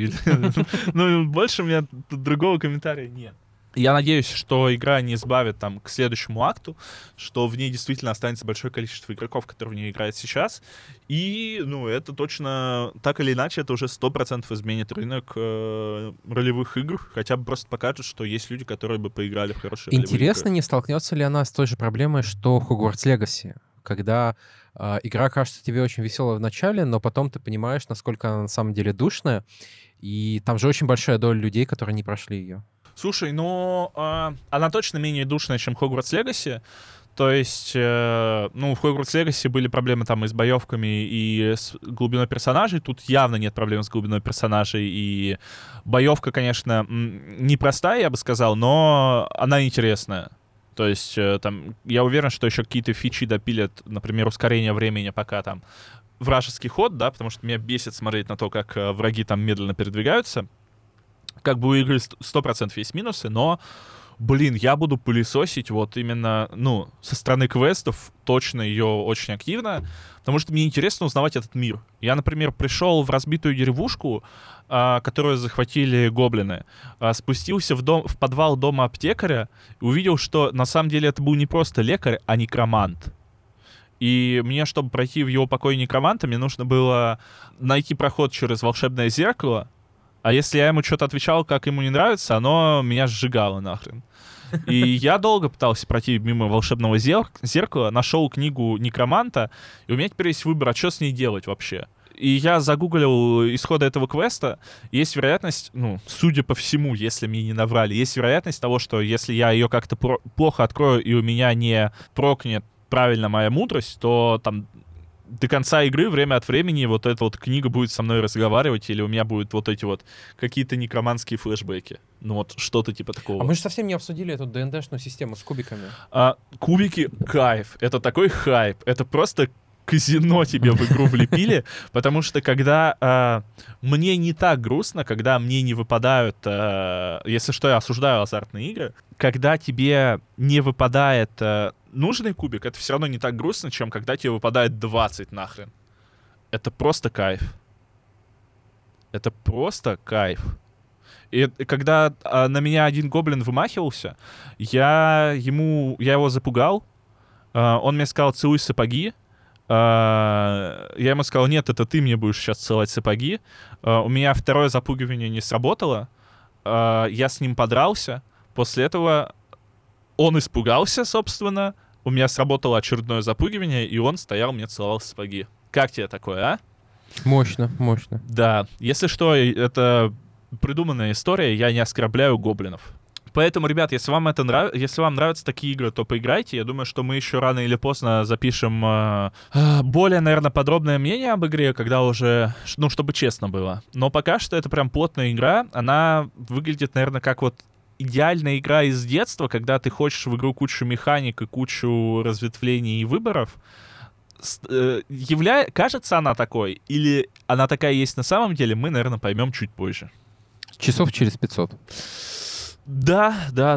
S2: ну, больше у меня другого комментария нет. Я надеюсь, что игра не избавит там к следующему акту, что в ней действительно останется большое количество игроков, которые в ней играют сейчас. И, ну, это точно, так или иначе, это уже 100% изменит рынок ролевых игр. Хотя бы просто покажет, что есть люди, которые бы поиграли в хорошие ролевые игры.
S1: Интересно, не столкнется ли она с той же проблемой, что Hogwarts Legacy, когда игра кажется тебе очень веселой в начале, но потом ты понимаешь, насколько она на самом деле душная, и там же очень большая доля людей, которые не прошли ее.
S2: Слушай, ну, она точно менее душная, чем Hogwarts Legacy. То есть, ну, в Hogwarts Legacy были проблемы там и с боевками, и с глубиной персонажей. Тут явно нет проблем с глубиной персонажей. И боевка, конечно, непростая, я бы сказал, но она интересная. То есть, там, я уверен, что еще какие-то фичи допилят, например, ускорение времени, пока там вражеский ход, да, потому что меня бесит смотреть на то, как враги там медленно передвигаются. Как бы у игры 100% есть минусы, но, блин, я буду пылесосить вот именно, ну, со стороны квестов точно ее очень активно, потому что мне интересно узнавать этот мир. Я, например, пришел в разбитую деревушку, которую захватили гоблины, спустился в подвал дома аптекаря и увидел, что на самом деле это был не просто лекарь, а некромант. И мне, чтобы пройти в его покой некроманта, мне нужно было найти проход через волшебное зеркало. А если я ему что-то отвечал, как ему не нравится, оно меня сжигало нахрен. И я долго пытался пройти мимо волшебного зеркала, нашел книгу некроманта, и у меня теперь есть выбор, а что с ней делать вообще. И я загуглил исходы этого квеста. Есть вероятность, ну, судя по всему, если мне не наврали, есть вероятность того, что если я ее как-то плохо открою, и у меня не прокнет правильно моя мудрость, то там до конца игры время от времени вот эта вот книга будет со мной разговаривать, или у меня будут вот эти вот какие-то некроманские флешбеки. Ну вот что-то типа такого.
S1: А мы же совсем не обсудили эту ДНД-шную систему с кубиками.
S2: Кубики — кайф. Это такой хайп. Это просто казино тебе в игру влепили, потому что когда мне не так грустно, когда мне не выпадают, если что, я осуждаю азартные игры, когда тебе не выпадает нужный кубик, это все равно не так грустно, чем когда тебе выпадает 20 нахрен. Это просто кайф. Это просто кайф. И когда на меня один гоблин вымахивался, я его запугал, он мне сказал: целуй сапоги. Я ему сказал: нет, это ты мне будешь сейчас целовать сапоги. У меня второе запугивание не сработало. Я с ним подрался. После этого он испугался, собственно. У меня сработало очередное запугивание, и он стоял, мне целовал сапоги. Как тебе такое, а?
S1: Мощно, мощно.
S2: Да. Если что, это придуманная история, я не оскорбляю гоблинов. Поэтому, ребят, если вам нравятся такие игры, то поиграйте. Я думаю, что мы еще рано или поздно запишем более, наверное, подробное мнение об игре, когда уже, ну, чтобы честно было. Но пока что это прям плотная игра. Она выглядит, наверное, как вот идеальная игра из детства, когда ты хочешь в игру кучу механик и кучу разветвлений и выборов. Кажется она такой, или она такая есть на самом деле, мы, наверное, поймем чуть позже.
S1: Часов через 500.
S2: Да.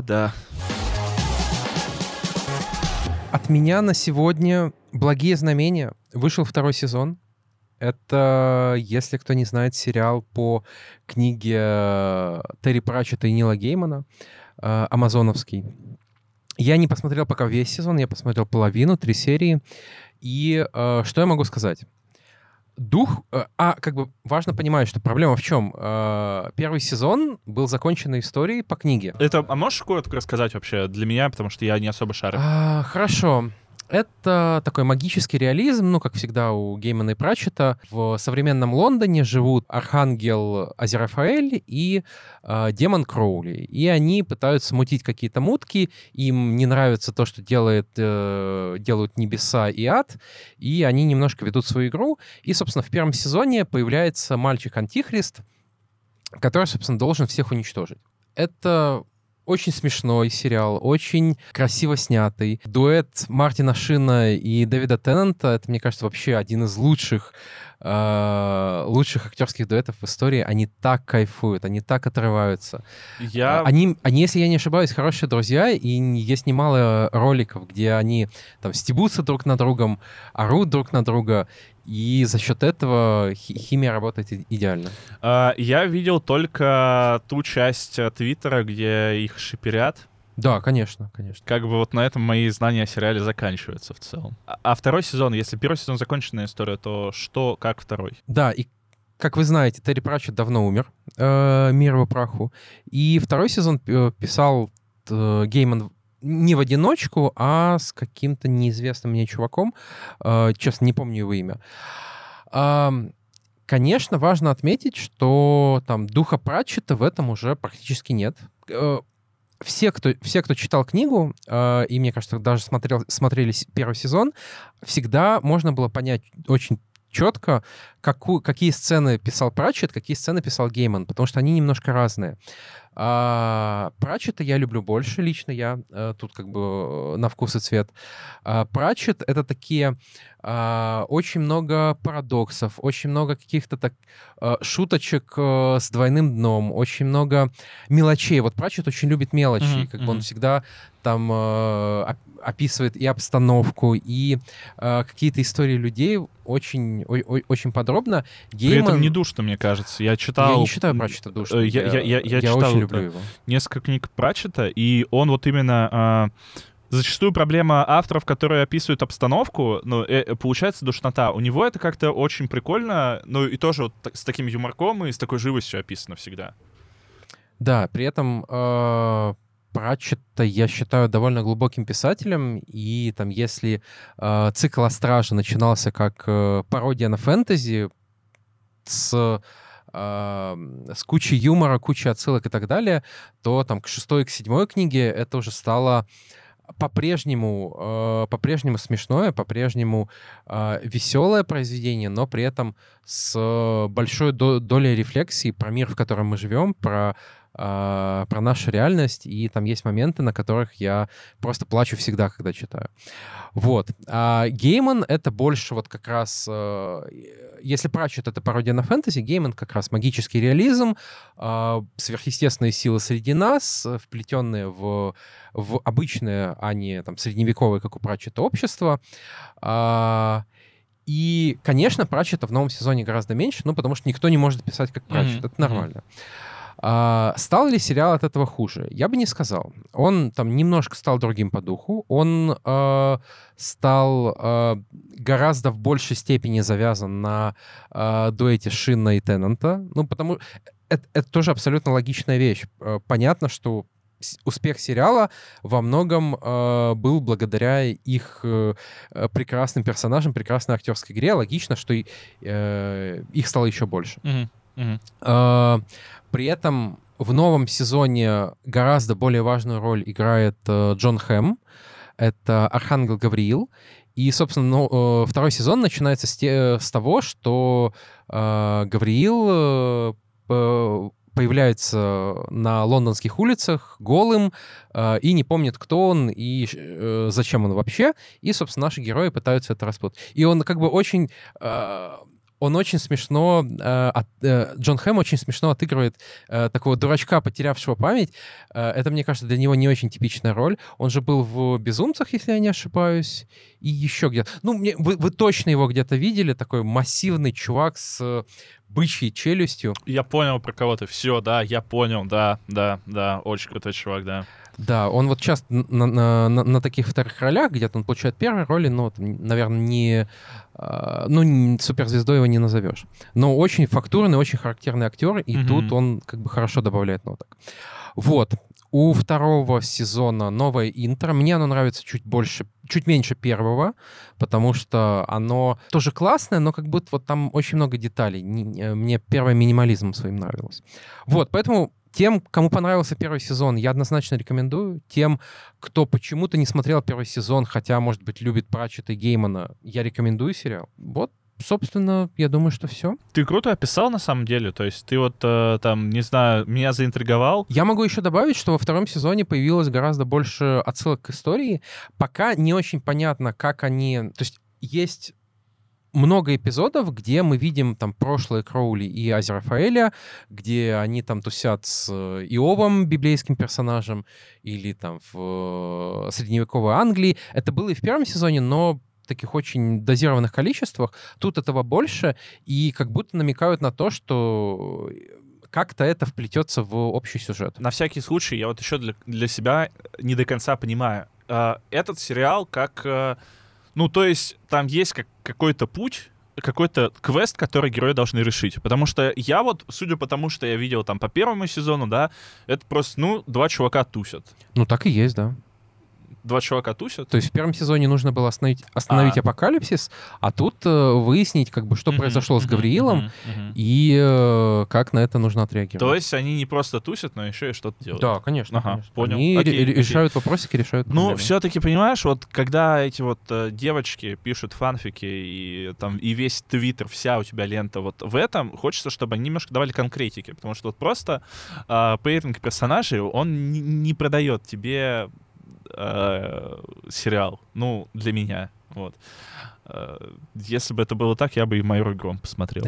S1: От меня на сегодня «Благие знамения». Вышел 2-й сезон. Это, если кто не знает, сериал по книге Терри Пратчетта и Нила Геймана, амазоновский. Я не посмотрел пока весь сезон, я посмотрел половину, 3 серии. И что я могу сказать? Как бы важно понимать, что проблема в чем? Первый сезон был законченной историей по книге.
S2: А можешь коротко рассказать вообще для меня, потому что я не особо шарю?
S1: Хорошо. Это такой магический реализм, ну, как всегда у Геймана и Пратчетта. В современном Лондоне живут архангел Азерафаэль и демон Кроули. И они пытаются мутить какие-то мутки, им не нравится то, что делают небеса и ад, и они немножко ведут свою игру. И, собственно, в первом сезоне появляется мальчик-антихрист, который, собственно, должен всех уничтожить. Это очень смешной сериал, очень красиво снятый. Дуэт Мартина Шина и Дэвида Теннанта — это, мне кажется, вообще один из лучших актерских дуэтов в истории. Они так кайфуют, они так отрываются. Они, если я не ошибаюсь, хорошие друзья, и есть немало роликов, где они там стебутся друг над другом, орут друг на друга, и за счет этого химия работает идеально.
S2: Я видел только ту часть Твиттера, где их шиперят.
S1: Да, конечно, конечно.
S2: Как бы вот на этом мои знания о сериале заканчиваются в целом. А второй сезон, если первый сезон законченная история, то что, как второй?
S1: Да, и как вы знаете, Терри Пратчетт давно умер, мир его праху. И второй сезон писал Гейман не в одиночку, а с каким-то неизвестным мне чуваком. Честно, не помню его имя. Конечно, важно отметить, что там духа Пратчетта в этом уже практически нет. Все, кто читал книгу, и, мне кажется, даже смотрели первый сезон, всегда можно было понять очень четко, какие сцены писал Пратчетт, какие сцены писал Гейман, потому что они немножко разные. Пратчетта я люблю больше, лично я, тут как бы на вкус и цвет. Пратчетт — это такие очень много парадоксов, очень много каких-то так шуточек с двойным дном, очень много мелочей. Вот Пратчетт очень любит мелочи, как бы он всегда там описывает и обстановку, и какие-то истории людей очень подробно.
S2: При этом не душно, мне кажется. Я не
S1: считаю Пратчетта душным.
S2: Я читал
S1: очень люблю его.
S2: Несколько книг Пратчетта, и он вот именно... Зачастую проблема авторов, которые описывают обстановку, получается душнота. У него это как-то очень прикольно, но и тоже вот с таким юморком и с такой живостью описано всегда.
S1: Да, при этом Пратчетта я считаю довольно глубоким писателем, и там если цикл «О Страже» начинался как пародия на фэнтези с кучей юмора, кучей отсылок и так далее, то там к 6-й и к 7-й книге это уже стало по-прежнему смешное, по-прежнему веселое произведение, но при этом с большой долей рефлексии про мир, в котором мы живем, про нашу реальность, и там есть моменты, на которых я просто плачу всегда, когда читаю. Вот. А Гейман — это больше вот как раз... Если Пратчетт — это пародия на фэнтези, Гейман как раз магический реализм, сверхъестественные силы среди нас, вплетенные в обычное, а не там средневековое, как у Пратчетта, общество. И, конечно, Пратчетта в новом сезоне гораздо меньше, потому что никто не может писать как Пратчетт. Это нормально. Стал ли сериал от этого хуже? Я бы не сказал. Он там немножко стал другим по духу. Он стал гораздо в большей степени завязан на дуэте Шина и Теннанта. Потому это тоже абсолютно логичная вещь. Понятно, что успех сериала во многом был благодаря их прекрасным персонажам, прекрасной актерской игре. Логично, что их стало еще больше. При этом в новом сезоне гораздо более важную роль играет Джон Хэм. Это Архангел Гавриил. И, собственно, второй сезон начинается с того, что Гавриил появляется на лондонских улицах голым и не помнит, кто он и зачем он вообще. И, собственно, наши герои пытаются это распутать. И он как бы очень... Он очень смешно, Джон Хэм очень смешно отыгрывает такого дурачка, потерявшего память. Это, мне кажется, для него не очень типичная роль. Он же был в «Безумцах», если я не ошибаюсь, и еще где-то. Вы точно его где-то видели, такой массивный чувак с бычьей челюстью.
S2: Я понял, про кого ты. Все, да, я понял, да, очень крутой чувак, да.
S1: Да, он вот часто на таких вторых ролях, где-то он получает первые роли, но, наверное, не суперзвездой его не назовешь. Но очень фактурный, очень характерный актер, и тут он как бы хорошо добавляет ноток. Вот. У второго сезона новое интро. Мне оно нравится чуть меньше первого, потому что оно тоже классное, но как будто вот там очень много деталей. Мне первый минимализм своим нравилось. Вот, поэтому тем, кому понравился первый сезон, я однозначно рекомендую. Тем, кто почему-то не смотрел первый сезон, хотя, может быть, любит Пратчетта и Геймана, я рекомендую сериал. Вот собственно, я думаю, что все.
S2: Ты круто описал, на самом деле. То есть ты вот там, не знаю, меня заинтриговал.
S1: Я могу еще добавить, что во втором сезоне появилось гораздо больше отсылок к истории. Пока не очень понятно, как они... То есть много эпизодов, где мы видим там прошлое Кроули и Азерафаэля, где они там тусят с Иовом, библейским персонажем, или там в средневековой Англии. Это было и в первом сезоне, но в таких очень дозированных количествах. Тут этого больше, и как будто намекают на то, что как-то это вплетется в общий сюжет.
S2: На всякий случай, я вот еще для себя не до конца понимаю. Этот сериал как... Ну, то есть там есть какой-то путь, какой-то квест, который герои должны решить. Потому что я вот, судя по тому, что я видел там по первому сезону, да, это просто, два чувака тусят.
S1: Ну, так и есть, да.
S2: Два чувака тусят?
S1: То есть в первом сезоне нужно было остановить апокалипсис, а тут выяснить, как бы, что произошло с Гавриилом и как на это нужно отреагировать.
S2: То есть они не просто тусят, но еще и что-то делают?
S1: Да, конечно.
S2: Ага,
S1: конечно.
S2: Понял.
S1: Они решают вопросики, решают проблемы.
S2: Ну, все-таки, понимаешь, вот когда эти вот девочки пишут фанфики и весь твиттер, вся у тебя лента вот в этом, хочется, чтобы они немножко давали конкретики, потому что вот просто пейринг персонажей, он не продает тебе сериал, для меня, вот. Если бы это было так, я бы и «Майор Гром» посмотрел.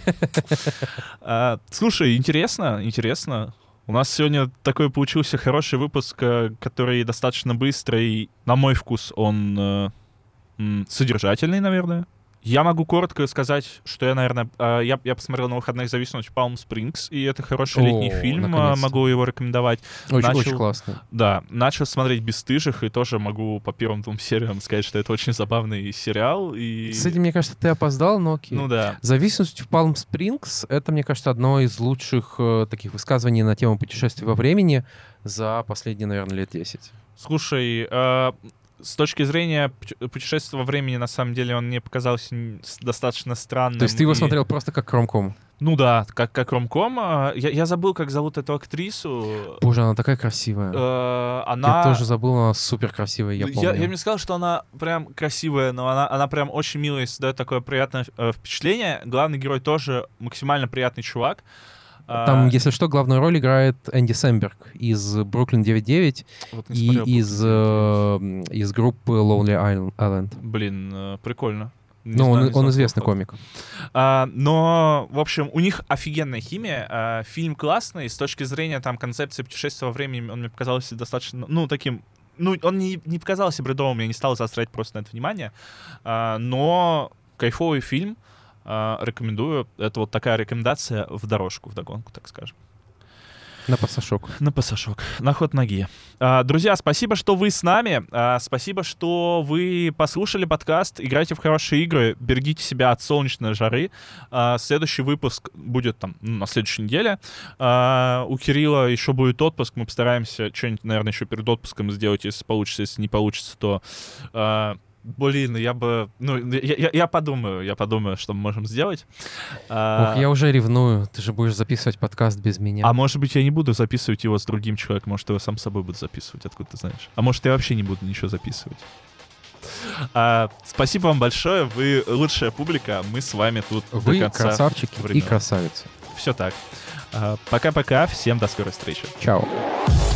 S2: Слушай, интересно. У нас сегодня такой получился хороший выпуск, который достаточно быстрый. На мой вкус, он содержательный, наверное. Я могу коротко сказать, что я, наверное, я посмотрел на выходных «Зависнуть в Палм Спрингс», и это хороший летний фильм, могу его рекомендовать.
S1: Очень классный.
S2: Да, начал смотреть «Бесстыжих», и тоже могу по первым 2 сериям сказать, что это очень забавный сериал. И...
S1: С этим, мне кажется, ты опоздал, но окей.
S2: Ну да.
S1: «Зависнуть в Палм Спрингс» — это, мне кажется, одно из лучших таких высказываний на тему путешествий во времени за последние, наверное, лет 10.
S2: Слушай, с точки зрения путешествия во времени, на самом деле, он мне показался достаточно странным.
S1: То есть ты его смотрел просто как ромком?
S2: Ну да, как ромком. Я забыл, как зовут эту актрису.
S1: Боже, она такая красивая. Я тоже забыл, она супер красивая, я помню.
S2: Я бы не сказал, что она прям красивая, но она прям очень милая, создает такое приятное впечатление. Главный герой тоже максимально приятный чувак.
S1: Там, если что, главную роль играет Энди Сэмберг из «Бруклин 9.9» и из группы Lonely Island.
S2: Блин, прикольно.
S1: Ну, он известный комик.
S2: Но, в общем, у них офигенная химия. Фильм классный. С точки зрения там концепции путешествия во времени он мне показался достаточно, таким... он не показался бредовым, я не стал заострять просто на это внимание. Но кайфовый фильм. Рекомендую. Это вот такая рекомендация в дорожку, вдогонку, так скажем.
S1: На пасашок.
S2: На пасашок. На ход ноги. Друзья, спасибо, что вы с нами. Спасибо, что вы послушали подкаст. Играйте в хорошие игры. Берегите себя от солнечной жары. Следующий выпуск будет там на следующей неделе. У Кирилла еще будет отпуск. Мы постараемся что-нибудь, наверное, еще перед отпуском сделать, если получится. Если не получится, то... Блин, я подумаю, что мы можем сделать.
S1: Я уже ревную. Ты же будешь записывать подкаст без меня.
S2: А может быть, я не буду записывать его с другим человеком. Может, его сам с собой буду записывать, откуда ты знаешь. А может, я вообще не буду ничего записывать. Спасибо вам большое. Вы лучшая публика. Мы с вами тут
S1: вы
S2: до конца
S1: красавчики
S2: времен.
S1: И красавицы.
S2: Все так. Пока-пока. Всем до скорой встречи.
S1: Чао.